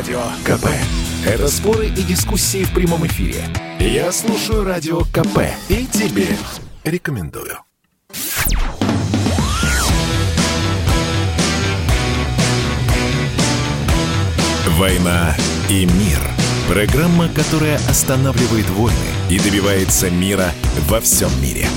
Радио КП. Это споры и дискуссии в прямом эфире. Я слушаю Радио КП и тебе рекомендую. «Война и мир». Программа, которая останавливает войны и добивается мира во всем мире.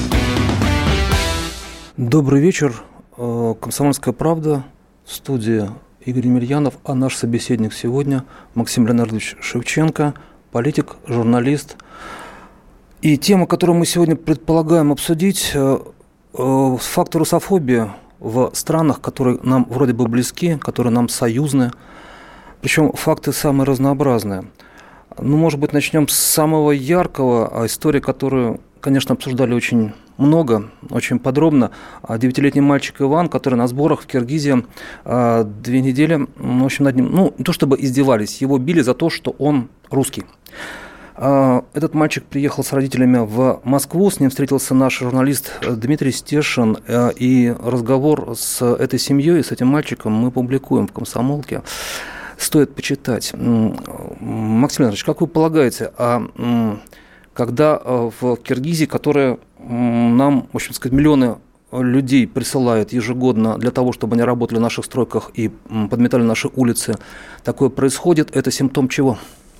Добрый вечер. «Комсомольская правда», студия Игорь Емельянов, а наш собеседник сегодня Максим Леонардович Шевченко, политик, журналист. И тема, которую мы сегодня предполагаем обсудить, факт русофобии в странах, которые нам вроде бы близки, которые нам союзны. Причем факты самые разнообразные. Ну, может быть, начнем с самого яркого, истории, которую, конечно, обсуждали очень много, очень подробно. 9-летний мальчик Иван, который на сборах в Киргизии 2 недели, в общем, над ним, не то чтобы издевались, его били за то, что он русский. Этот мальчик приехал с родителями в Москву, с ним встретился наш журналист Дмитрий Стешин, и разговор с этой семьей, с этим мальчиком мы публикуем в «Комсомолке». Стоит почитать. Максим Леонидович, как вы полагаете, когда в Киргизии, которая нам, в общем сказать, миллионы людей присылает ежегодно для того, чтобы они работали в наших стройках и подметали наши улицы, такое происходит, это симптом чего?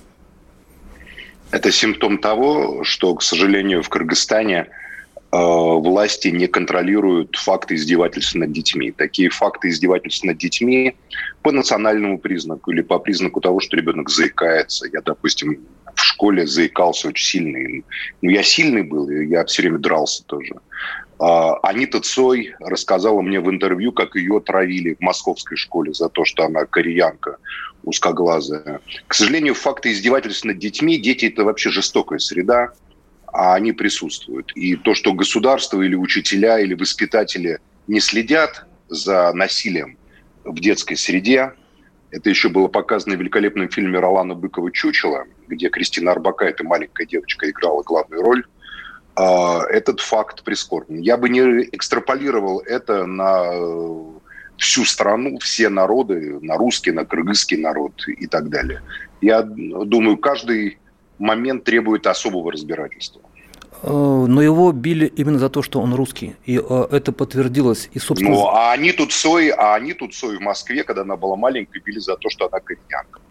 Это симптом того, что, к сожалению, в Кыргызстане власти не контролируют факты издевательств над детьми. Такие факты издевательств над детьми по национальному признаку или по признаку того, что ребенок заикается. Я, допустим, в школе заикался очень сильно. Я сильный был, и я все время дрался тоже. Анита Цой рассказала мне в интервью, как ее отравили в московской школе за то, что она кореянка, узкоглазая. К сожалению, факты издевательств над детьми, дети – это вообще жестокая среда, а они присутствуют. И то, что государство или учителя, или воспитатели не следят за насилием в детской среде, это еще было показано в великолепном фильме Ролана Быкова «Чучело», где Кристина Орбакайте, маленькая девочка, играла главную роль. Этот факт прискорбен. Я бы не экстраполировал это на всю страну, все народы, на русский, на кыргызский народ и так далее. Я думаю, каждый момент требует особого разбирательства. Но его били именно за то, что он русский. И это подтвердилось. И, собственно... А Аниту Цой в Москве, когда она была маленькой, били за то, что она кореянка.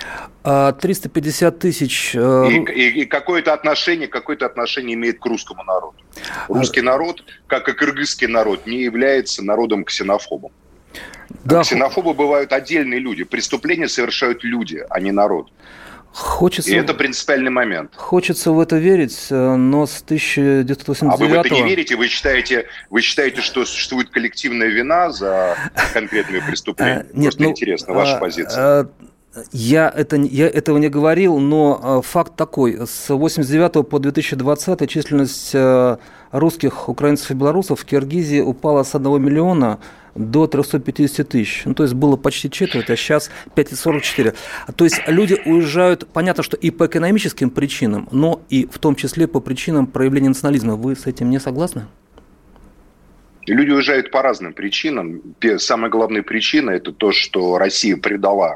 350 тысяч... И какое-то отношение имеет к русскому народу. Русский народ, как и кыргызский народ, не является народом ксенофобом. Да. Ксенофобы бывают отдельные люди. Преступления совершают люди, а не народ. И это принципиальный момент. Хочется в это верить, но с 1989... А вы в это не верите? Вы считаете, что существует коллективная вина за конкретные преступления? Нет, просто интересно, ваша позиция. Я этого не говорил, но факт такой. С 1989 по 2020 численность русских, украинцев и белорусов в Киргизии упала с 1 миллиона до 350 тысяч. То есть было почти четверть, а сейчас 5,44. То есть люди уезжают, понятно, что и по экономическим причинам, но и в том числе по причинам проявления национализма. Вы с этим не согласны? Люди уезжают по разным причинам. Самая главная причина – это то, что Россия предала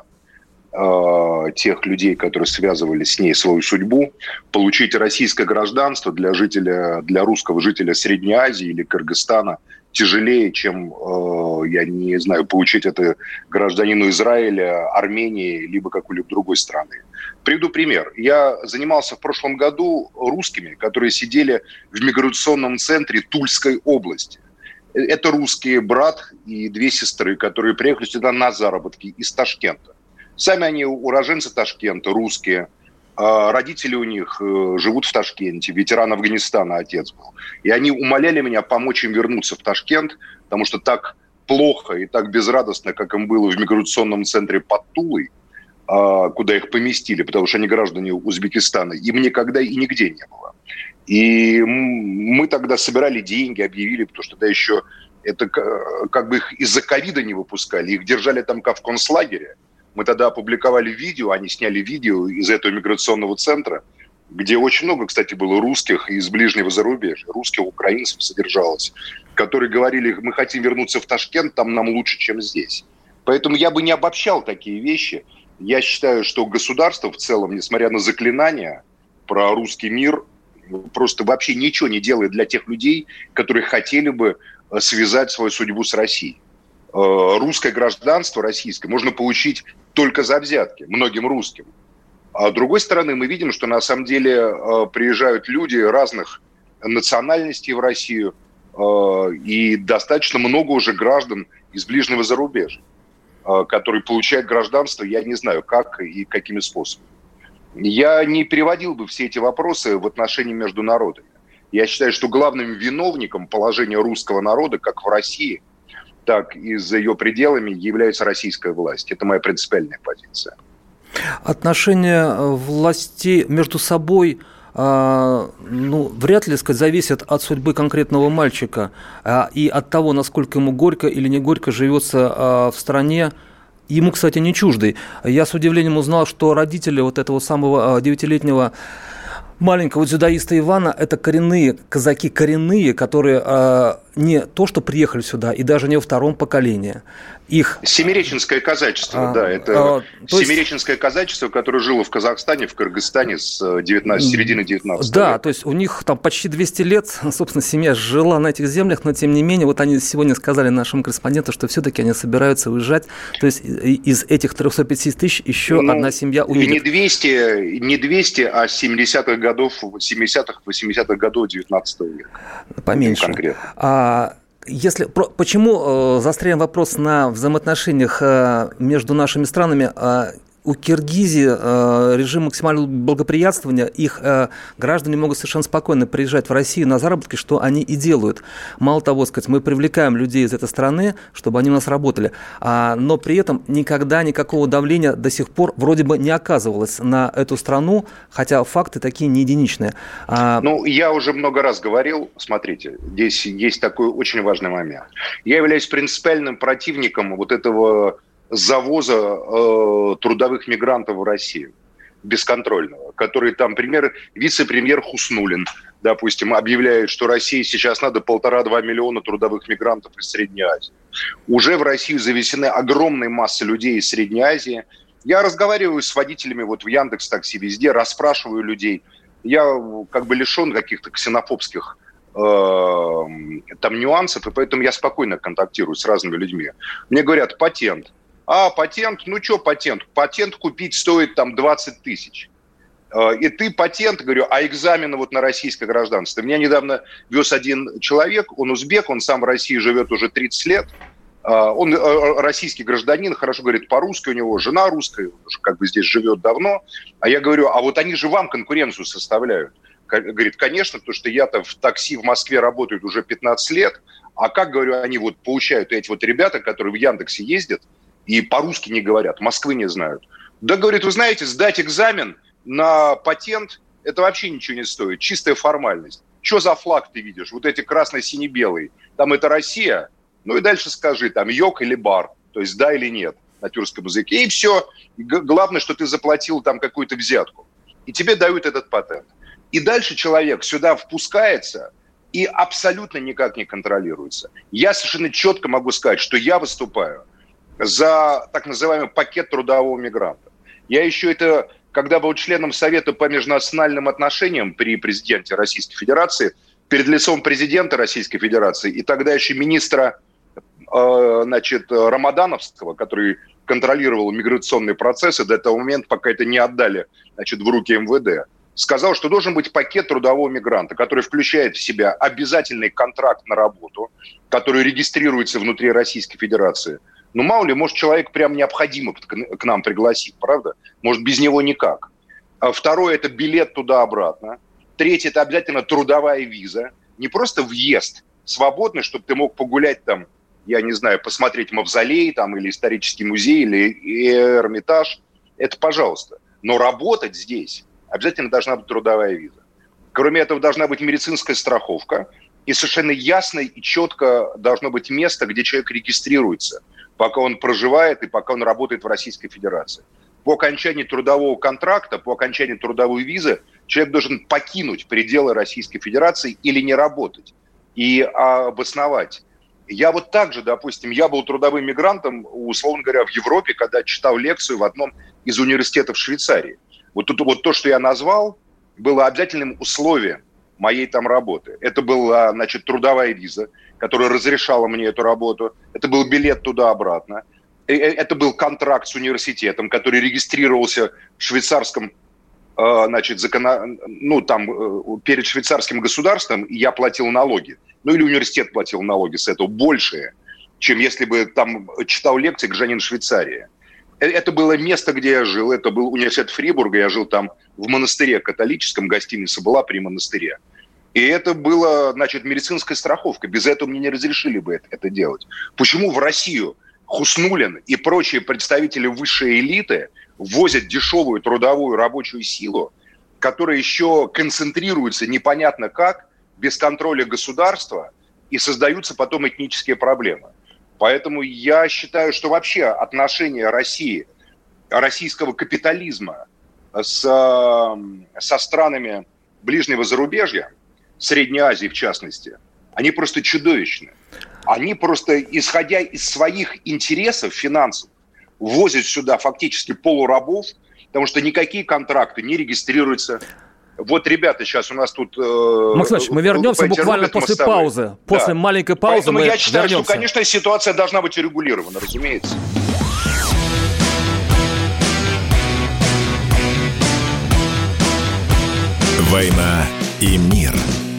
тех людей, которые связывали с ней свою судьбу. Получить российское гражданство для русского жителя Средней Азии или Кыргызстана тяжелее, чем, я не знаю, получить это гражданину Израиля, Армении, либо какой-либо другой страны. Приведу пример. Я занимался в прошлом году русскими, которые сидели в миграционном центре Тульской области. Это русские брат и 2 сестры, которые приехали сюда на заработки из Ташкента. Сами они уроженцы Ташкента, русские. Родители у них живут в Ташкенте, ветеран Афганистана отец был. И они умоляли меня помочь им вернуться в Ташкент, потому что так плохо и так безрадостно, как им было в миграционном центре под Тулой, куда их поместили, потому что они граждане Узбекистана, им никогда и нигде не было. И мы тогда собирали деньги, объявили, потому что тогда еще это как бы их из-за ковида не выпускали, их держали там как в концлагере. Мы тогда опубликовали видео, они сняли видео из этого миграционного центра, где очень много, кстати, было русских из ближнего зарубежья, русских, украинцев содержалось, которые говорили, мы хотим вернуться в Ташкент, там нам лучше, чем здесь. Поэтому я бы не обобщал такие вещи. Я считаю, что государство в целом, несмотря на заклинания про русский мир, просто вообще ничего не делает для тех людей, которые хотели бы связать свою судьбу с Россией. Русское гражданство российское можно получить только за взятки многим русским. А с другой стороны, мы видим, что на самом деле приезжают люди разных национальностей в Россию, и достаточно много уже граждан из ближнего зарубежья, которые получают гражданство, я не знаю, как и какими способами. Я не переводил бы все эти вопросы в отношении между народами. Я считаю, что главным виновником положения русского народа, как в России, так и за ее пределами, является российская власть. Это моя принципиальная позиция. Отношения властей между собой, вряд ли, сказать, зависят от судьбы конкретного мальчика и от того, насколько ему горько или не горько живется в стране. Ему, кстати, не чуждой. Я с удивлением узнал, что родители вот этого самого 9-летнего маленького дзюдоиста Ивана – это коренные казаки, которые не то что приехали сюда, и даже не во втором поколении. Их... Семиреченское казачество, да. Это семиреченское казачество, которое жило в Казахстане, в Кыргызстане с середины 19 века. Да, то есть у них там почти 200 лет, собственно, семья жила на этих землях, но тем не менее, вот они сегодня сказали нашему корреспонденту, что все-таки они собираются уезжать. То есть из этих 350 тысяч еще одна семья уедет. Не 200, а 70-х годов, 80-х годов 19 века. Поменьше. Конкретно. Почему застряем вопрос на взаимоотношениях между нашими странами? У Киргизии режим максимального благоприятствования, их граждане могут совершенно спокойно приезжать в Россию на заработки, что они и делают. Мало того, сказать, мы привлекаем людей из этой страны, чтобы они у нас работали, но при этом никогда никакого давления до сих пор вроде бы не оказывалось на эту страну, хотя факты такие не единичные. Я уже много раз говорил, смотрите, здесь есть такой очень важный момент. Я являюсь принципиальным противником вот этого завоза трудовых мигрантов в Россию бесконтрольного, который там, вице-премьер Хуснуллин, допустим, объявляет, что России сейчас надо 1,5-2 миллиона трудовых мигрантов из Средней Азии. Уже в Россию завезены огромные массы людей из Средней Азии. Я разговариваю с водителями вот в Яндекс.Такси, везде, расспрашиваю людей. Я лишен каких-то ксенофобских нюансов, и поэтому я спокойно контактирую с разными людьми. Мне говорят, патент. Патент? Патент? Патент купить стоит 20 тысяч. И ты патент, говорю, экзамены на российское гражданство. Меня недавно вез один человек, он узбек, он сам в России живет уже 30 лет. Он российский гражданин, хорошо говорит по-русски, у него жена русская, он уже здесь живет давно. А я говорю, вот они же вам конкуренцию составляют. Говорит, конечно, потому что я-то в такси в Москве работаю уже 15 лет. А как, говорю, они получают эти ребята, которые в Яндексе ездят, и по-русски не говорят, Москвы не знают. Да, говорит, вы знаете, сдать экзамен на патент, это вообще ничего не стоит, чистая формальность. Что за флаг ты видишь? Вот эти красно-сине-белые. Там это Россия, и дальше скажи, йог или бар, то есть да или нет на тюркском языке. И все. И главное, что ты заплатил какую-то взятку. И тебе дают этот патент. И дальше человек сюда впускается и абсолютно никак не контролируется. Я совершенно четко могу сказать, что я выступаю за так называемый пакет трудового мигранта. Я еще когда был членом Совета по межнациональным отношениям при президенте Российской Федерации, перед лицом президента Российской Федерации и тогда еще министра Рамадановского, который контролировал миграционные процессы до того момента, пока это не отдали в руки МВД, сказал, что должен быть пакет трудового мигранта, который включает в себя обязательный контракт на работу, который регистрируется внутри Российской Федерации. Мало ли, может, человек прям необходимо к нам пригласить, правда? Может, без него никак. Второе – это билет туда-обратно. Третье – это обязательно трудовая виза. Не просто въезд свободный, чтобы ты мог погулять я не знаю, посмотреть мавзолей или исторический музей, или Эрмитаж. Это пожалуйста. Но работать здесь обязательно должна быть трудовая виза. Кроме этого, должна быть медицинская страховка. И совершенно ясно и четко должно быть место, где человек регистрируется, пока он проживает и пока он работает в Российской Федерации. По окончании трудового контракта, по окончании трудовой визы человек должен покинуть пределы Российской Федерации или не работать и обосновать Я вот так же, допустим, я был трудовым мигрантом, условно говоря, в Европе, когда читал лекцию в одном из университетов Швейцарии. Вот то, что я назвал, было обязательным условием моей там работы. Это была, значит, трудовая виза, которая разрешала мне эту работу. Это был билет туда-обратно. Это был контракт с университетом, который регистрировался в швейцарском, значит, перед швейцарским государством, и я платил налоги. Ну, или университет платил налоги с этого больше, чем если бы там читал лекции гражданин Швейцарии. Это было место, где я жил. Это был университет Фрибурга. Я жил там в монастыре католическом. Гостиница была при монастыре. И это была, значит, медицинская страховка. Без этого мне не разрешили бы это делать. Почему в Россию Хуснуллин и прочие представители высшей элиты возят дешевую трудовую рабочую силу, которая еще концентрируется непонятно как, без контроля государства, и создаются потом этнические проблемы. Поэтому я считаю, что вообще отношения России, российского капитализма со странами ближнего зарубежья, Средней Азии в частности, они просто чудовищны. Они просто, исходя из своих интересов финансовых, возят сюда фактически полурабов, потому что никакие контракты не регистрируются. Вот, ребята, сейчас у нас тут... Максим Ильич, мы вернемся буквально после паузы. Да. После маленькой паузы. Поэтому мы я считаю, вернемся. что, конечно, ситуация должна быть урегулирована, разумеется. «Война и мир».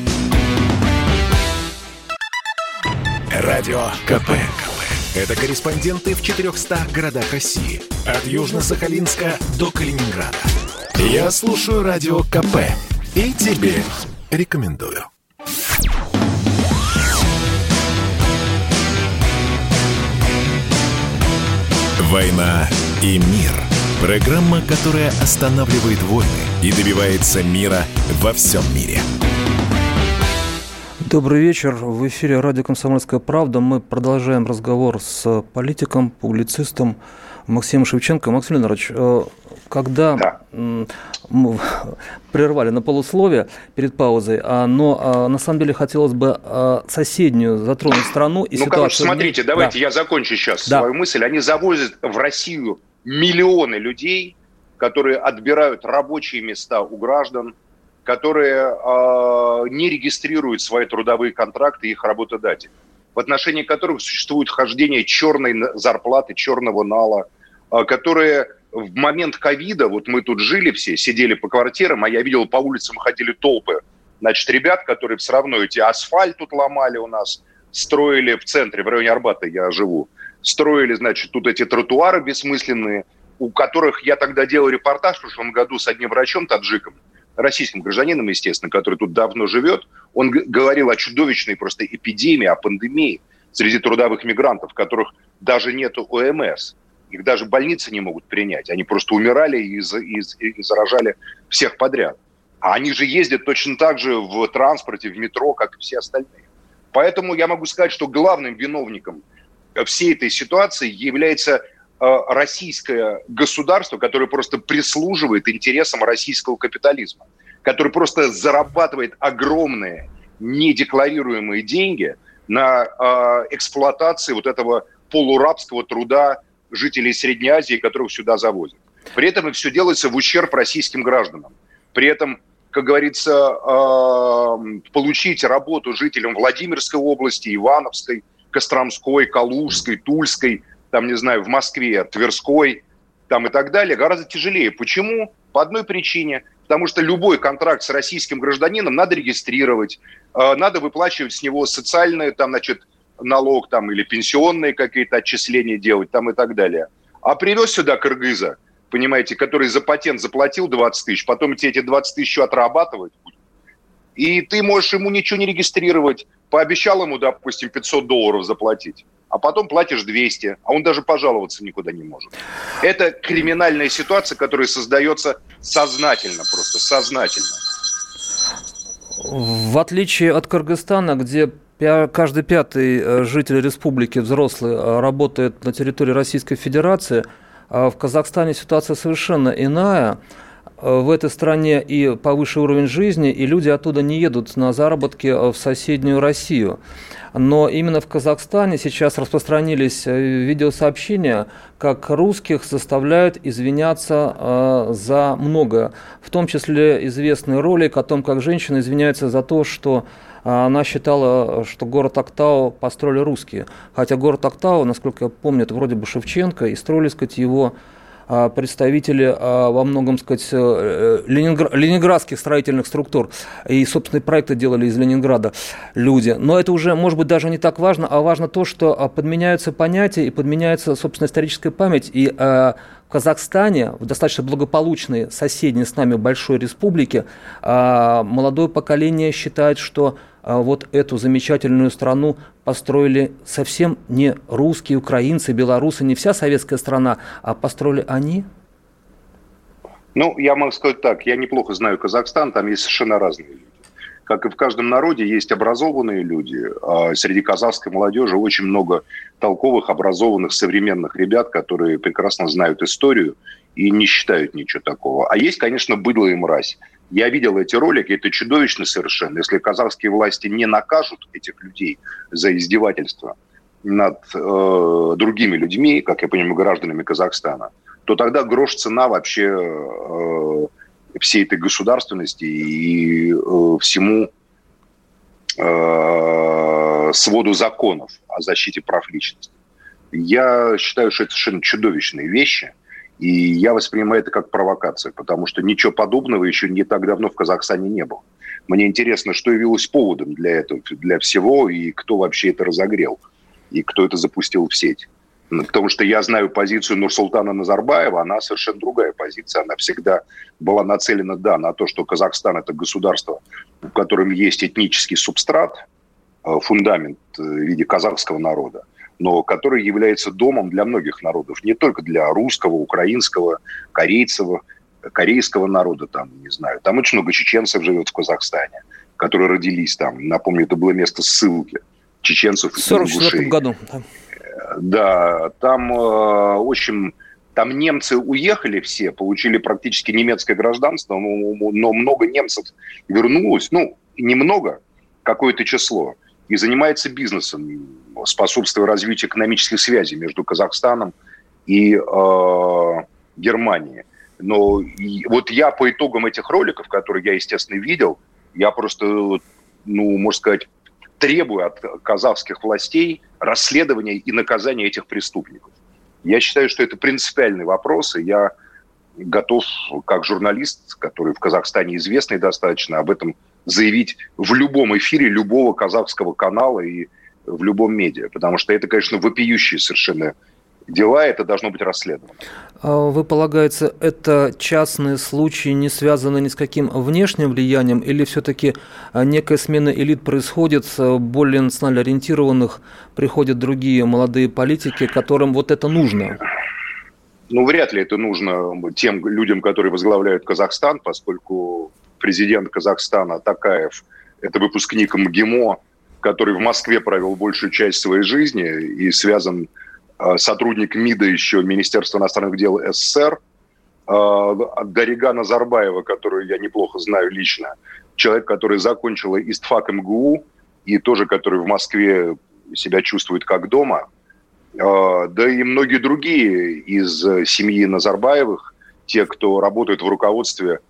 Радио КП. Это корреспонденты в 400 городах России. От Южно-Сахалинска до Калининграда. Я слушаю Радио КП и тебе рекомендую. «Война и мир». Программа, которая останавливает войны и добивается мира во всем мире. Добрый вечер. В эфире радио «Комсомольская правда». Мы продолжаем разговор с политиком, публицистом Максимом Шевченко. Максим Леонидович, когда мы прервали на полусловие перед паузой, но на самом деле хотелось бы соседнюю затронуть страну и ситуацию... Короче, смотрите, давайте я закончу сейчас свою мысль. Они завозят в Россию миллионы людей, которые отбирают рабочие места у граждан, которые не регистрируют свои трудовые контракты их работодателей, в отношении которых существует хождение черной зарплаты, черного нала, которые в момент ковида, вот мы тут жили все, сидели по квартирам, а я видел, по улицам ходили толпы, значит, ребят, которые все равно эти асфальт тут ломали у нас, строили в центре, в районе Арбата я живу, строили, значит, тут эти тротуары бессмысленные, у которых я тогда делал репортаж в прошлом году с одним врачом, таджиком, российским гражданином, естественно, который тут давно живет, он говорил о чудовищной просто эпидемии, о пандемии среди трудовых мигрантов, которых даже нету ОМС. Их даже больницы не могут принять. Они просто умирали и заражали всех подряд. А они же ездят точно так же в транспорте, в метро, как и все остальные. Поэтому я могу сказать, что главным виновником всей этой ситуации является российское государство, которое просто прислуживает интересам российского капитализма, который просто зарабатывает огромные недекларируемые деньги на эксплуатации вот этого полурабского труда жителей Средней Азии, которых сюда завозят. При этом все делается в ущерб российским гражданам. При этом, как говорится, получить работу жителям Владимирской области, Ивановской, Костромской, Калужской, Тульской, там, не знаю, в Москве, Тверской, там и так далее, гораздо тяжелее. Почему? По одной причине. Потому что любой контракт с российским гражданином надо регистрировать, надо выплачивать с него социальный, там, значит, налог там, или пенсионные какие-то отчисления делать там, и так далее. А привез сюда кыргыза, понимаете, который за патент заплатил 20 тысяч, потом тебе эти 20 тысяч еще отрабатывать будет. И ты можешь ему ничего не регистрировать. Пообещал ему, допустим, $500 заплатить, а потом платишь 200, а он даже пожаловаться никуда не может. Это криминальная ситуация, которая создается сознательно, просто сознательно. В отличие от Кыргызстана, где каждый пятый житель республики взрослый работает на территории Российской Федерации, в Казахстане ситуация совершенно иная. в этой стране и повыше уровень жизни, и люди оттуда не едут на заработки в соседнюю Россию. Но именно в Казахстане сейчас распространились видеосообщения, как русских заставляют извиняться за многое. В том числе известный ролик о том, как женщина извиняется за то, что она считала, что город Актау построили русские. Хотя город Актау, насколько я помню, это вроде бы Шевченко, и строили, сказать, его представители во многом, сказать, ленинградских строительных структур. И собственные проекты делали из Ленинграда люди. Но это уже, может быть, даже не так важно, а важно то, что подменяются понятия и подменяется, собственно, историческая память. И в Казахстане, в достаточно благополучной соседней с нами большой республике, молодое поколение считает, что вот эту замечательную страну построили совсем не русские, украинцы, белорусы, не вся советская страна, а построили они? Ну, я могу сказать так, я неплохо знаю Казахстан, там есть совершенно разные люди. Как и в каждом народе, есть образованные люди. А среди казахской молодежи очень много толковых, образованных, современных ребят, которые прекрасно знают историю и не считают ничего такого. А есть, конечно, быдло и мразь. Я видел эти ролики, это чудовищно совершенно. Если казахские власти не накажут этих людей за издевательство над другими людьми, как я понимаю, гражданами Казахстана, то тогда грош цена вообще всей этой государственности и всему своду законов о защите прав личности. Я считаю, что это совершенно чудовищные вещи. И я воспринимаю это как провокацию, потому что ничего подобного еще не так давно в Казахстане не было. Мне интересно, что явилось поводом для этого, для всего, и кто вообще это разогрел, и кто это запустил в сеть. Потому что я знаю позицию Нурсултана Назарбаева, она совершенно другая позиция. Она всегда была нацелена, да, на то, что Казахстан – это государство, в котором есть этнический субстрат, фундамент в виде казахского народа, но который является домом для многих народов, не только для русского, украинского, корейского народа, там, не знаю. Там очень много чеченцев живет в Казахстане, которые родились там. Напомню, это было место ссылки чеченцев. В 1944 году. Да, там, в общем, там немцы уехали все, получили практически немецкое гражданство, но много немцев вернулось, ну, немного, какое-то число, и занимается бизнесом, способствуя развитию экономических связей между Казахстаном и Германией. Но вот я по итогам этих роликов, которые я, естественно, видел, я просто, ну, можно сказать, требую от казахских властей расследования и наказания этих преступников. Я считаю, что это принципиальный вопрос, и я готов, как журналист, который в Казахстане известный достаточно, об этом заявить в любом эфире любого казахского канала и в любом медиа, потому что это, конечно, вопиющие совершенно дела, это должно быть расследовано. Вы полагаете, это частные случаи, не связаны ни с каким внешним влиянием, или все-таки некая смена элит происходит, более национально ориентированных приходят другие молодые политики, которым вот это нужно? Ну, вряд ли это нужно тем людям, которые возглавляют Казахстан, поскольку президент Казахстана Токаев – это выпускник МГИМО, который в Москве провел большую часть своей жизни и связан сотрудник МИДа еще Министерства иностранных дел СССР, Дарига Назарбаева, которую я неплохо знаю лично, человек, который закончил ИСТФАК МГУ и тоже, который в Москве себя чувствует как дома, да и многие другие из семьи Назарбаевых, те, кто работают в руководстве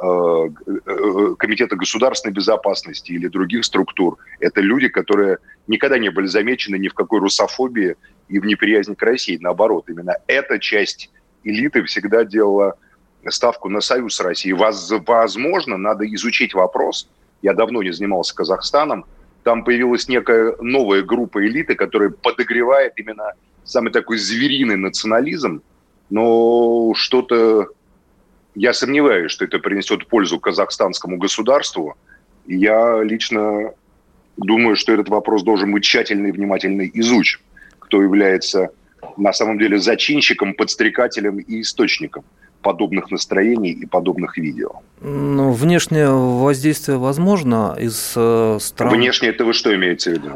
Комитета государственной безопасности или других структур, это люди, которые никогда не были замечены ни в какой русофобии и в неприязни к России. Наоборот, именно эта часть элиты всегда делала ставку на союз с Россией. Возможно, надо изучить вопрос. Я давно не занимался Казахстаном. Там появилась некая новая группа элиты, которая подогревает именно самый такой звериный национализм. Но что-то... Я сомневаюсь, что это принесет пользу казахстанскому государству. Я лично думаю, что этот вопрос должен быть тщательно и внимательно изучен. Кто является на самом деле зачинщиком, подстрекателем и источником подобных настроений и подобных видео. Ну, внешнее воздействие возможно из стран... Внешнее это вы что имеете в виду?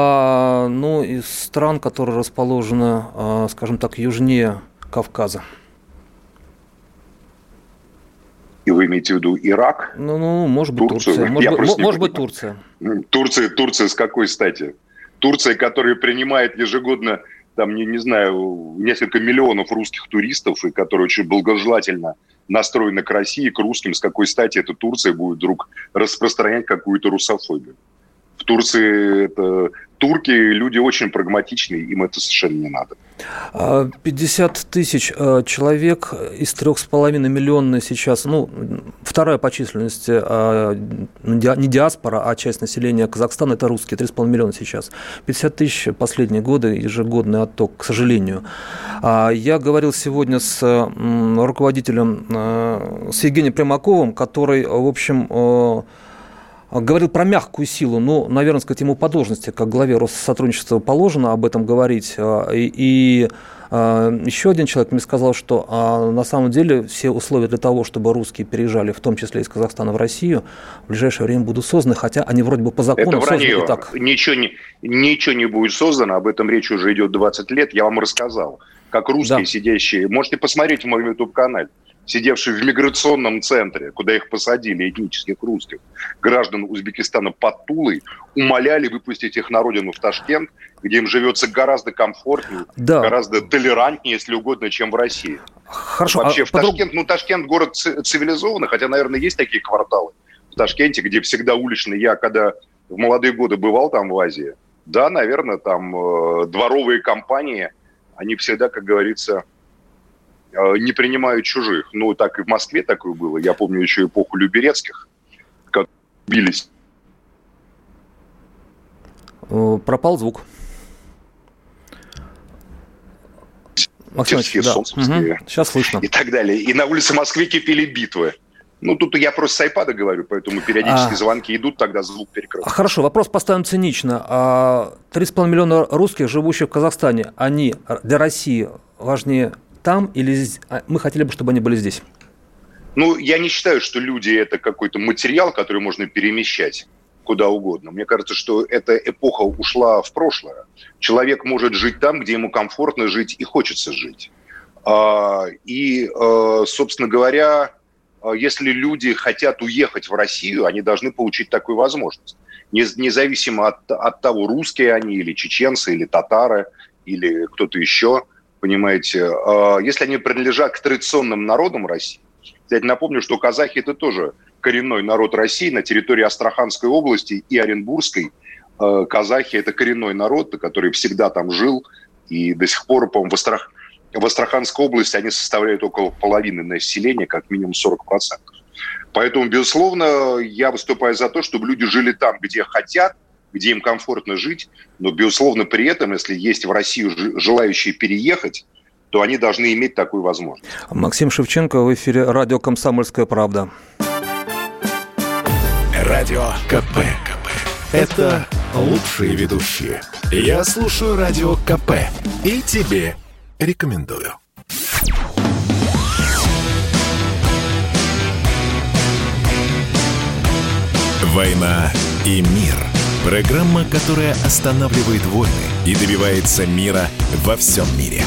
Из стран, которые расположены, скажем так, южнее Кавказа. И вы имеете в виду Ирак? Может быть, Турция. Может быть, Турция. Турция с какой стати? Турция, которая принимает ежегодно, не знаю, несколько миллионов русских туристов, и которая очень благожелательно настроена к России, к русским. С какой стати эта Турция будет вдруг распространять какую-то русофобию? В Турции турки люди очень прагматичные, им это совершенно не надо. 50 тысяч человек из 3,5 миллионной сейчас, вторая по численности, не диаспора, а часть населения Казахстана, это русские, 3,5 миллиона сейчас. 50 тысяч последние годы, ежегодный отток, к сожалению. Я говорил сегодня с руководителем, с Евгением Примаковым, который, в общем, говорил про мягкую силу, наверное, сказать, ему по должности, как главе Россотрудничества положено об этом говорить. И еще один человек мне сказал, что на самом деле все условия для того, чтобы русские переезжали, в том числе из Казахстана в Россию, в ближайшее время будут созданы, хотя они вроде бы по закону созданы и так. Ничего не будет создано, об этом речь уже идет 20 лет, я вам рассказал. Как русские, сидящие, можете посмотреть в моем YouTube-канале, сидевшие в миграционном центре, куда их посадили, этнических русских, граждан Узбекистана под Тулой, умоляли выпустить их на родину в Ташкент, где им живется гораздо комфортнее, гораздо толерантнее, если угодно, чем в России. Хорошо. Вообще Ташкент город цивилизованный, хотя, наверное, есть такие кварталы в Ташкенте, где всегда уличный. Я, когда в молодые годы бывал там в Азии, наверное, там дворовые компании, они всегда, как говорится, не принимают чужих. Так и в Москве такое было. Я помню еще эпоху Люберецких, как бились. Пропал звук. Максим, солнцевские, сейчас слышно. И так далее. И на улице Москвы кипели битвы. Тут я просто с айпада говорю, поэтому периодически звонки идут, тогда звук перекрывается. Хорошо, вопрос поставим цинично. 3,5 миллиона русских, живущих в Казахстане, они для России важнее там или здесь? Мы хотели бы, чтобы они были здесь. Я не считаю, что люди – это какой-то материал, который можно перемещать куда угодно. Мне кажется, что эта эпоха ушла в прошлое. Человек может жить там, где ему комфортно жить и хочется жить. И, собственно говоря, если люди хотят уехать в Россию, они должны получить такую возможность. Независимо от того, русские они или чеченцы, или татары, или кто-то еще. Понимаете, если они принадлежат к традиционным народам России, кстати, напомню, что казахи – это тоже коренной народ России на территории Астраханской области и Оренбургской. Казахи – это коренной народ, который всегда там жил, и до сих пор, по-моему, в Астраханской области они составляют около половины населения, как минимум 40%. Поэтому, безусловно, я выступаю за то, чтобы люди жили там, где хотят, где им комфортно жить, но, безусловно, при этом, если есть в Россию желающие переехать, то они должны иметь такую возможность. Максим Шевченко, в эфире радио «Комсомольская правда». Радио КП. Это лучшие ведущие. Я слушаю радио КП и тебе рекомендую. «Война и мир». Программа, которая останавливает войны и добивается мира во всем мире.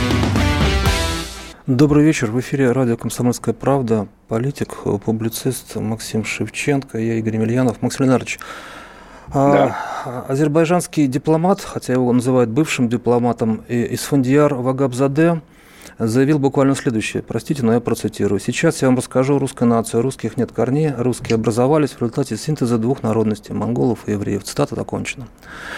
Добрый вечер. В эфире радио «Комсомольская правда». Политик, публицист Максим Шевченко, я Игорь Емельянов. Максим Леонидович, азербайджанский дипломат, хотя его называют бывшим дипломатом, Исфандияр Вагабзаде, заявил буквально следующее. Простите, но я процитирую. «Сейчас я вам расскажу о русской нации. У русских нет корней. Русские образовались в результате синтеза двух народностей – монголов и евреев». Цитата окончена.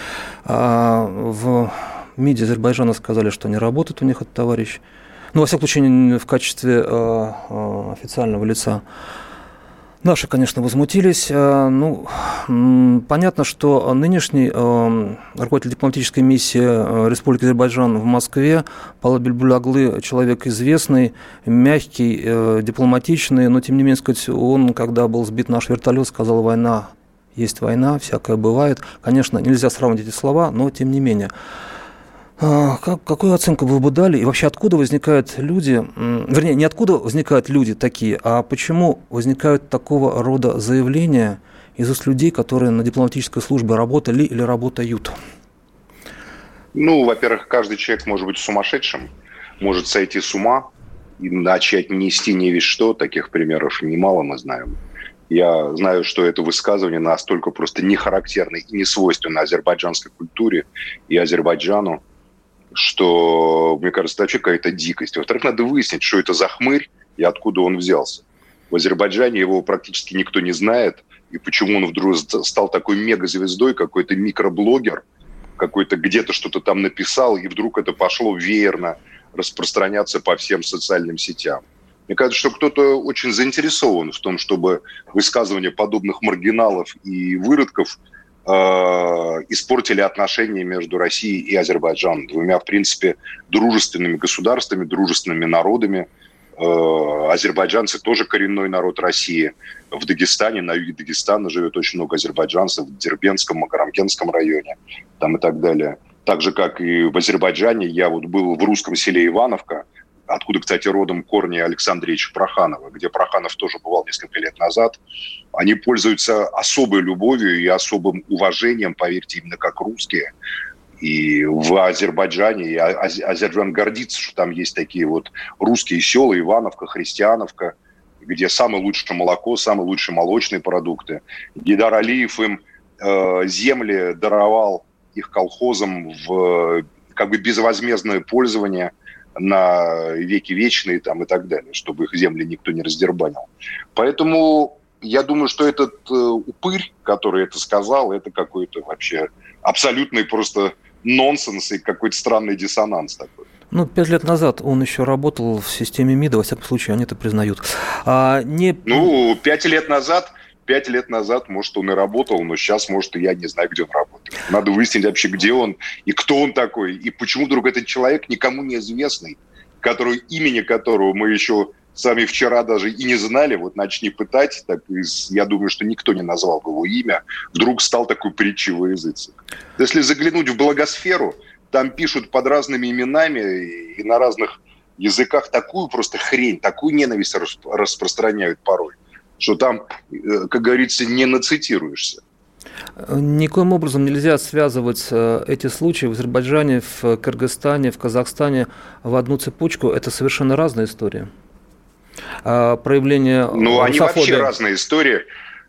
В МИДе Азербайджана сказали, что не работает у них этот товарищ. Во всяком случае, в качестве официального лица. Наши, конечно, возмутились. Понятно, что нынешний руководитель дипломатической миссии Республики Азербайджан в Москве, Пала Бельбуль-Аглы, человек известный, мягкий, дипломатичный, но, тем не менее, он, когда был сбит наш вертолет, сказал: война есть война, всякое бывает. Конечно, нельзя сравнивать эти слова, но, тем не менее. Какую оценку вы бы дали? И вообще, откуда возникают люди, вернее, не откуда возникают люди такие, а почему возникают такого рода заявления из уст людей, которые на дипломатической службе работали или работают? Во-первых, каждый человек может быть сумасшедшим, может сойти с ума. и начать нести не весь что, таких примеров немало мы знаем. Я знаю, что это высказывание настолько просто не характерно и не свойственно азербайджанской культуре и Азербайджану, что, мне кажется, это вообще какая-то дикость. Во-вторых, надо выяснить, что это за хмырь и откуда он взялся. В Азербайджане его практически никто не знает, и почему он вдруг стал такой мегазвездой, какой-то микроблогер, какой-то где-то что-то там написал, и вдруг это пошло веерно распространяться по всем социальным сетям. Мне кажется, что кто-то очень заинтересован в том, чтобы высказывания подобных маргиналов и выродков испортили отношения между Россией и Азербайджаном, двумя, в принципе, дружественными государствами, дружественными народами. Азербайджанцы тоже коренной народ России. В Дагестане, на юге Дагестана живет очень много азербайджанцев, в Дербентском, Макарамкентском районе там и так далее. Так же, как и в Азербайджане, я вот был в русском селе Ивановка, откуда, кстати, родом корни Александра Ильича Проханова, где Проханов тоже бывал несколько лет назад. Они пользуются особой любовью и особым уважением, поверьте, именно как русские. И в Азербайджане, и Азербайджан гордится, что там есть такие вот русские села, Ивановка, Христиановка, где самое лучшее молоко, самые лучшие молочные продукты. Гейдар Алиев им земли даровал их колхозам в как бы безвозмездное пользование на веки вечные там, и так далее, чтобы их земли никто не раздербанил. Поэтому я думаю, что этот упырь, который это сказал, это какой-то вообще абсолютный просто нонсенс и какой-то странный диссонанс такой. 5 лет назад он еще работал в системе МИДа, во всяком случае, они это признают. 5 лет назад, может, он и работал, но сейчас, может, и я не знаю, где он работает. Надо выяснить вообще, где он, и кто он такой, и почему вдруг этот человек никому неизвестный, имени которого мы еще сами вчера даже и не знали, вот начни пытать, так я думаю, что никто не назвал его имя, вдруг стал такой притчей во языцах. Если заглянуть в блогосферу, там пишут под разными именами и на разных языках такую просто хрень, такую ненависть распространяют порой, что там, как говорится, не нацитируешься. Никоим образом нельзя связывать эти случаи в Азербайджане, в Кыргызстане, в Казахстане в одну цепочку. Это совершенно разные истории. Проявление русофобии. Они вообще разные истории.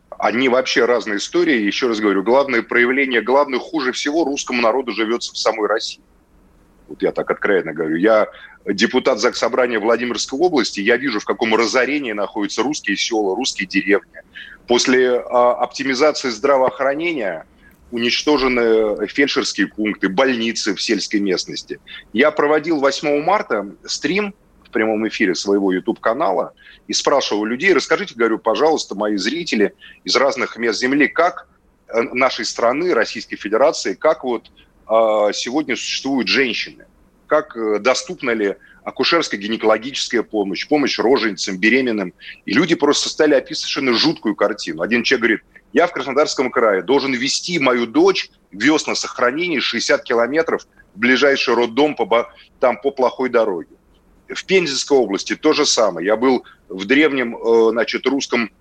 Еще раз говорю, главное, хуже всего русскому народу живется в самой России. Вот я так откровенно говорю. Я депутат Заксобрания Владимирской области, я вижу, в каком разорении находятся русские села, русские деревни. После оптимизации здравоохранения уничтожены фельдшерские пункты, больницы в сельской местности. Я проводил 8 марта стрим в прямом эфире своего YouTube-канала и спрашивал людей, расскажите, говорю, пожалуйста, мои зрители из разных мест земли, как нашей страны, Российской Федерации, как вот сегодня существуют женщины, как доступна ли акушерско-гинекологическая помощь, помощь роженицам, беременным. И люди просто стали описывать совершенно жуткую картину. Один человек говорит, я в Краснодарском крае должен везти мою дочь, вез на сохранение 60 километров в ближайший роддом по плохой дороге. В Пензенской области то же самое. Я был в древнем русском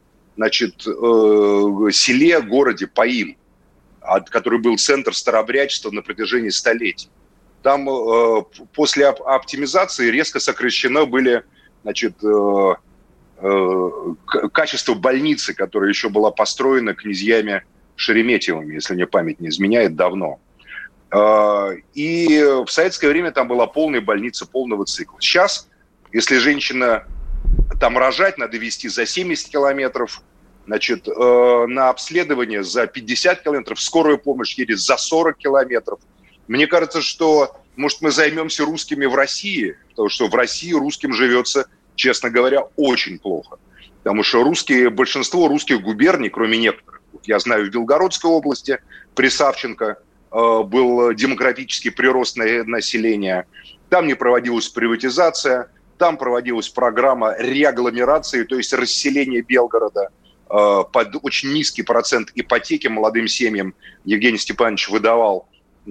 селе, городе Паим, который был центр старообрядчества на протяжении столетий. Там после оптимизации резко сокращено были качество больницы, которая еще была построена князьями Шереметьевыми, если мне память не изменяет, давно. И в советское время там была полная больница полного цикла. Сейчас, если женщина там рожать, надо везти за 70 километров, на обследование за 50 километров, скорая помощь едет за 40 километров. Мне кажется, что, может, мы займемся русскими в России, потому что в России русским живется, честно говоря, очень плохо. Потому что большинство русских губерний, кроме некоторых, вот я знаю, в Белгородской области при Савченко был демографический прирост населения, там не проводилась приватизация, там проводилась программа реагломерации, то есть расселения Белгорода под очень низкий процент ипотеки молодым семьям. Евгений Степанович выдавал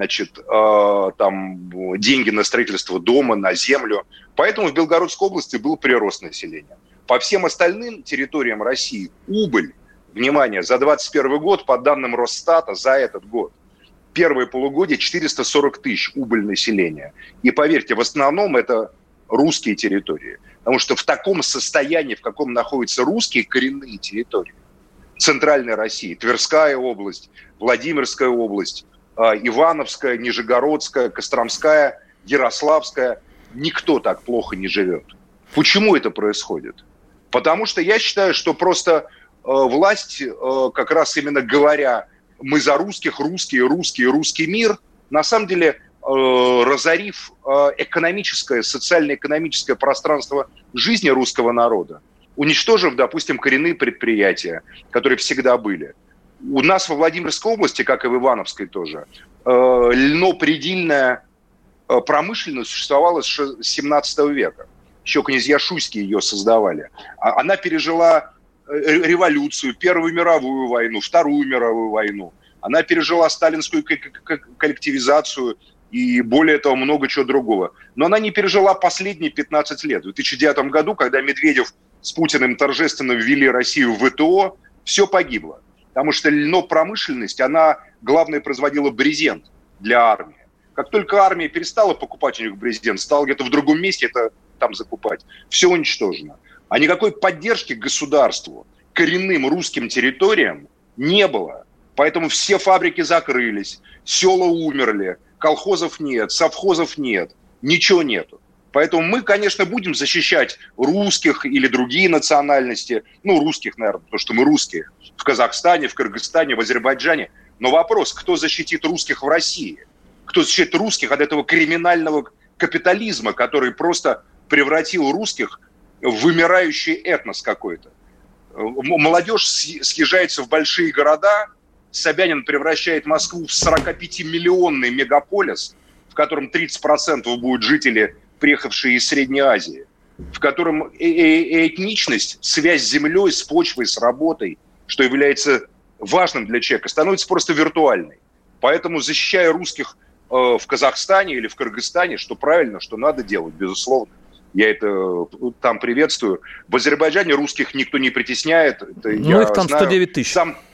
там деньги на строительство дома, на землю. Поэтому в Белгородской области был прирост населения. По всем остальным территориям России убыль, внимание, за 2021 год, по данным Росстата, за этот год, первое полугодие 440 тысяч убыль населения. И поверьте, в основном это русские территории. Потому что в таком состоянии, в каком находятся русские коренные территории, Центральной России, Тверская область, Владимирская область, Ивановская, Нижегородская, Костромская, Ярославская, никто так плохо не живет. Почему это происходит? Потому что я считаю, что просто власть, как раз именно говоря, мы за русских, русские, русские, русский мир, на самом деле разорив экономическое, социально-экономическое пространство жизни русского народа, уничтожив, допустим, коренные предприятия, которые всегда были. У нас во Владимирской области, как и в Ивановской тоже, льнопредельная промышленность существовала с 17 века. Еще князья Шуйские ее создавали. Она пережила революцию, Первую мировую войну, Вторую мировую войну. Она пережила сталинскую коллективизацию и, более того, много чего другого. Но она не пережила последние 15 лет. В 2009 году, когда Медведев с Путиным торжественно ввели Россию в ВТО, все погибло. Потому что льнопромышленность, она, главное, производила брезент для армии. Как только армия перестала покупать у них брезент, стала где-то в другом месте это там закупать, все уничтожено. А никакой поддержки государству, коренным русским территориям не было. Поэтому все фабрики закрылись, села умерли, колхозов нет, совхозов нет, ничего нету. Поэтому мы, конечно, будем защищать русских или другие национальности, ну, русских, наверное, потому что мы русские, в Казахстане, в Кыргызстане, в Азербайджане. Но вопрос, кто защитит русских в России? Кто защитит русских от этого криминального капитализма, который просто превратил русских в вымирающий этнос какой-то? Молодежь съезжается в большие города, Собянин превращает Москву в 45-миллионный мегаполис, в котором 30% будут жители, приехавшие из Средней Азии, в котором этничность, связь с землей, с почвой, с работой, что является важным для человека, становится просто виртуальной. Поэтому, защищая русских в Казахстане или в Кыргызстане, что правильно, что надо делать, безусловно. Я это там приветствую. В Азербайджане русских никто не притесняет. Это, ну, их там 109 тысяч.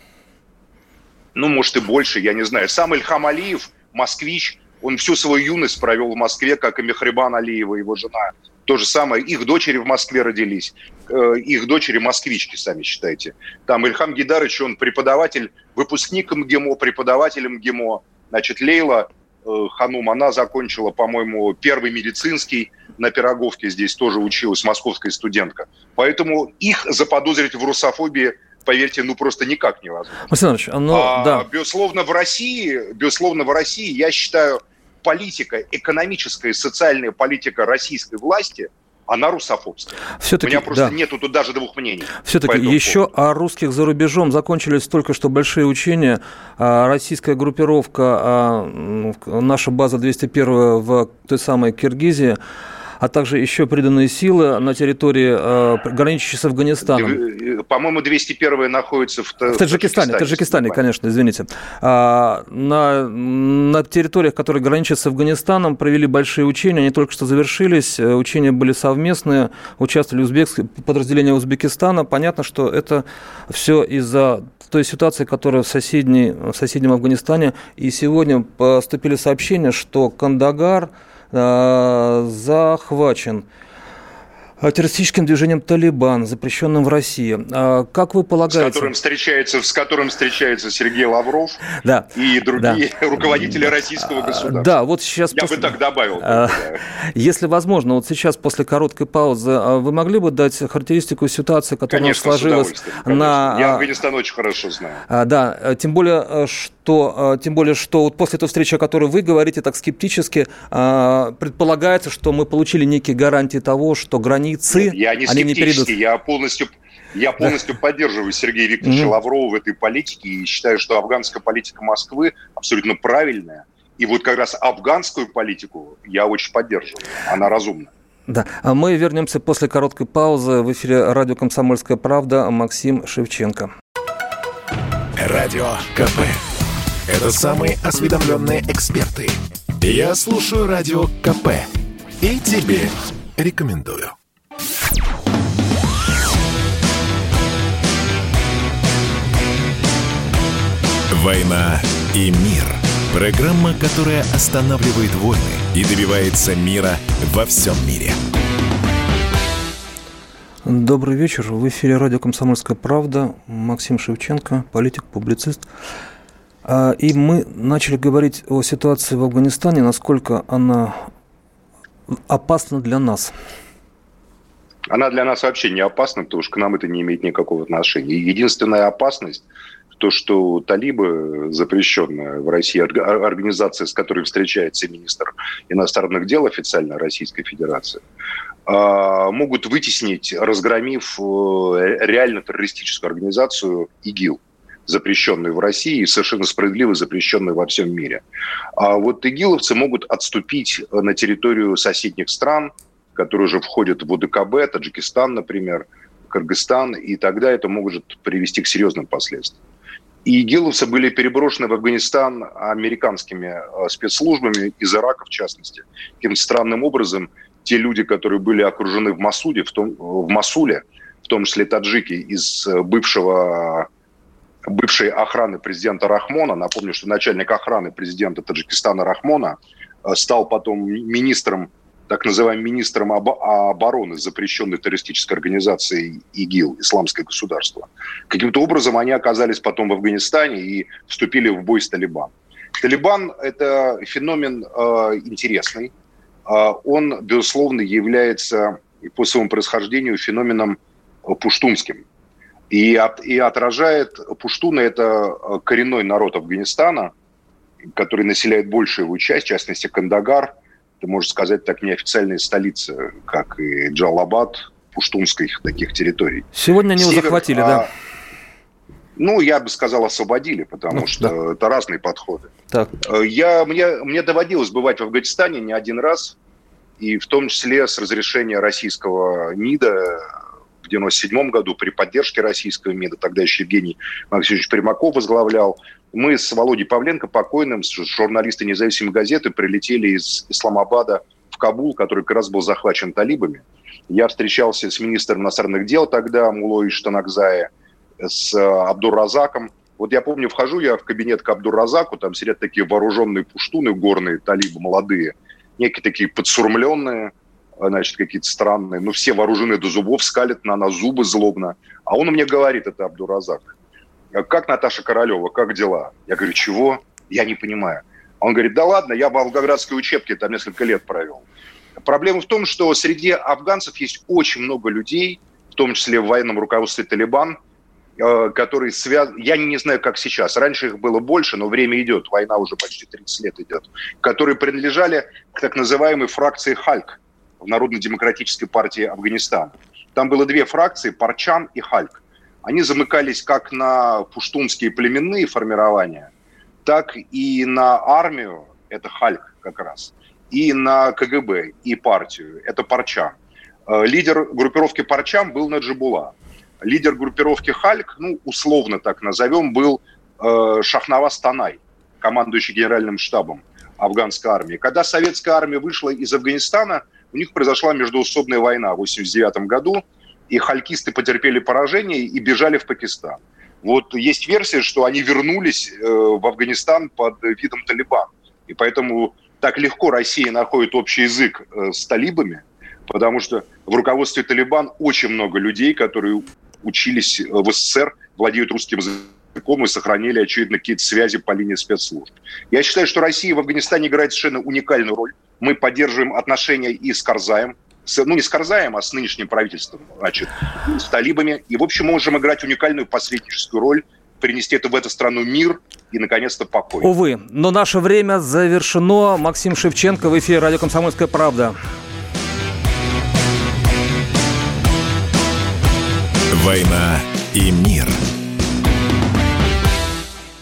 Ну, может, и больше, я не знаю. Сам Ильхам Алиев, москвич, он всю свою юность провел в Москве, как и Мехрибан Алиева, его жена. То же самое. Их дочери в Москве родились. Их дочери москвички, сами считайте. Там Ильхам Гейдарович, он преподаватель, выпускник МГИМО, преподаватель МГИМО. Значит, Лейла Ханум, она закончила, по-моему, первый медицинский на Пироговке. Здесь тоже училась московская студентка. Поэтому их заподозрить в русофобии, поверьте, ну просто никак невозможно. Василий Иванович, да. Безусловно, в России, я считаю, политика, экономическая и социальная политика российской власти, она русофобская. У меня просто нету тут даже двух мнений. Все-таки еще о русских за рубежом. Закончились только что большие учения. Российская группировка, наша база 201 в той самой Киргизии, а также еще приданные силы на территории, граничащей с Афганистаном. По-моему, 201-я находится в Таджикистане, конечно, извините. На территориях, которые граничат с Афганистаном, провели большие учения, они только что завершились, учения были совместные, участвовали узбекские подразделения Узбекистана. Понятно, что это все из-за той ситуации, которая в соседнем Афганистане. И сегодня поступили сообщения, что Кандагар захвачен террористическим движением «Талибан», запрещенным в России. Как вы полагаете... С которым встречается Сергей Лавров и другие руководители российского государства. Да, вот сейчас... Я бы так добавил. Если возможно, вот сейчас, после короткой паузы, вы могли бы дать характеристику ситуации, которая у нас сложилась на... Я Афганистан очень хорошо знаю. Да, тем более, что вот после той встречи, о которой вы говорите так скептически, предполагается, что мы получили некие гарантии того, что границы... Я не скептический, я полностью поддерживаю Сергея Викторовича Лаврова в этой политике и считаю, что афганская политика Москвы абсолютно правильная. И вот как раз афганскую политику я очень поддерживаю. Она разумна. Да, а мы вернемся после короткой паузы. В эфире радио «Комсомольская правда», Максим Шевченко. Радио КП. Это самые осведомленные эксперты. Я слушаю радио КП и тебе рекомендую. «Война и мир» Программа, которая останавливает войны и добивается мира во всем мире. Добрый вечер. В эфире радио «Комсомольская правда». Максим Шевченко, политик, публицист. И мы начали говорить о ситуации в Афганистане, насколько она опасна для нас. Она для нас вообще не опасна, потому что к нам это не имеет никакого отношения. Единственная опасность – то, что талибы, запрещенная в России организация, с которой встречается министр иностранных дел официально Российской Федерации, могут вытеснить, разгромив реально террористическую организацию ИГИЛ, запрещенную в России и совершенно справедливо запрещенную во всем мире. А вот игиловцы могут отступить на территорию соседних стран, которые уже входят в ОДКБ, Таджикистан, например, Кыргызстан, и тогда это может привести к серьезным последствиям. И игиловцы были переброшены в Афганистан американскими спецслужбами, из Ирака в частности. Каким-то странным образом те люди, которые были окружены в Масуле, в том числе таджики из бывшей охраны президента Рахмона, напомню, что начальник охраны президента Таджикистана Рахмона стал потом так называемым министром обороны запрещенной террористической организации ИГИЛ, Исламское государство. Каким-то образом они оказались потом в Афганистане и вступили в бой с Талибан. Талибан – это феномен интересный. Он, безусловно, является по своему происхождению феноменом пуштунским. И отражает пуштуны – это коренной народ Афганистана, который населяет большую его часть, в частности, Кандагар. Это, можно сказать, так неофициальная столица, как и Джалалабад, пуштунских таких территорий. Сегодня они его захватили, да? Ну, я бы сказал, освободили, потому что это разные подходы. Так. Мне доводилось бывать в Афганистане не один раз, и в том числе с разрешения российского МИДа в 1997 году при поддержке российского МИДа, тогда еще Евгений Максимович Примаков возглавлял. Мы с Володей Павленко, покойным, журналисты независимой газеты, прилетели из Исламабада в Кабул, который как раз был захвачен талибами. Я встречался с министром иностранных дел тогда, Мулой Штанакзае, с Абдур-Разаком. Вот я помню, вхожу я в кабинет к Абдур-Разаку, там сидят такие вооруженные пуштуны горные, талибы молодые, некие такие подсурмленные, значит, какие-то странные, но все вооружены до зубов, скалят на нас зубы злобно. А он мне говорит, это Абдур-Разак: как Наташа Королева, как дела? Я говорю, чего? Я не понимаю. Он говорит, да ладно, я в волгоградской учебке там несколько лет провел. Проблема в том, что среди афганцев есть очень много людей, в том числе в военном руководстве Талибан, которые связаны, я не знаю, как сейчас, раньше их было больше, но время идет, война уже почти 30 лет идет, которые принадлежали к так называемой фракции Хальк в Народно-демократической партии Афганистана. Там было две фракции, Парчам и Хальк. Они замыкались как на пуштунские племенные формирования, так и на армию, это Хальк как раз, и на КГБ, и партию, это Парчам. Лидер группировки Парчам был Наджибулла. Лидер группировки Хальк, ну, условно так назовем, был Шахнаваз Танай, командующий генеральным штабом афганской армии. Когда советская армия вышла из Афганистана, у них произошла междоусобная война в 1989 году, и халькисты потерпели поражение и бежали в Пакистан. Вот есть версия, что они вернулись в Афганистан под видом Талибан. И поэтому так легко Россия находит общий язык с талибами, потому что в руководстве Талибан очень много людей, которые учились в СССР, владеют русским языком и сохранили, очевидно, какие-то связи по линии спецслужб. Я считаю, что Россия в Афганистане играет совершенно уникальную роль. Мы поддерживаем отношения и с Карзаем, не с Карзаем, а с нынешним правительством, значит, с талибами. И, в общем, можем играть уникальную посредническую роль, принести в эту страну мир и, наконец-то, покой. Увы, но наше время завершено. Максим Шевченко в эфире радио «Комсомольская правда». «Война и мир».